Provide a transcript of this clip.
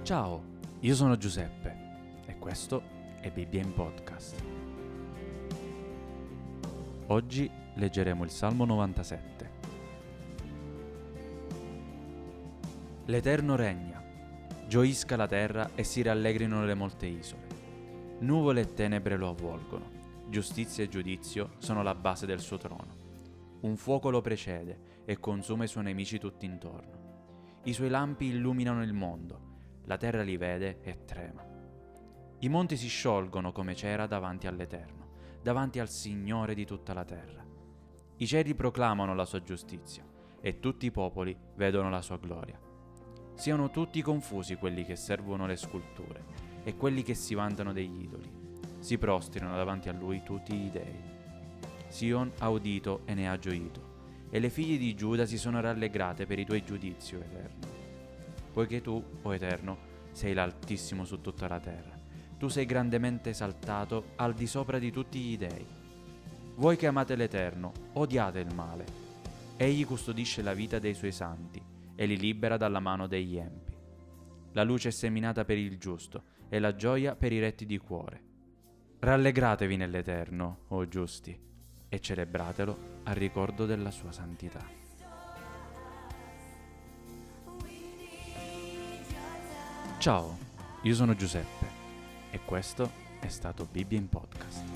Ciao, io sono Giuseppe e questo è Bibbia in Podcast. Oggi leggeremo il Salmo 97. L'Eterno regna, gioisca la terra e si rallegrino le molte isole. Nuvole e tenebre lo avvolgono, giustizia e giudizio sono la base del suo trono. Un fuoco lo precede e consuma i suoi nemici tutti intorno. I suoi lampi illuminano il mondo, la terra li vede e trema. I monti si sciolgono come cera davanti all'Eterno, davanti al Signore di tutta la terra. I cieli proclamano la sua giustizia e tutti i popoli vedono la sua gloria. Siano tutti confusi quelli che servono le sculture e quelli che si vantano degli idoli. Si prostrino davanti a lui tutti gli dei. Sion ha udito e ne ha gioito, e le figlie di Giuda si sono rallegrate per i tuoi giudizi, o Eterno. Poiché tu, o Eterno, sei l'Altissimo su tutta la terra. Tu sei grandemente esaltato al di sopra di tutti gli dei. Voi che amate l'Eterno, odiate il male. Egli custodisce la vita dei suoi santi e li libera dalla mano degli empi. La luce è seminata per il giusto e la gioia per i retti di cuore. Rallegratevi nell'Eterno, o giusti, e celebratelo al ricordo della sua santità. Ciao, io sono Giuseppe e questo è stato Bibbia in Podcast.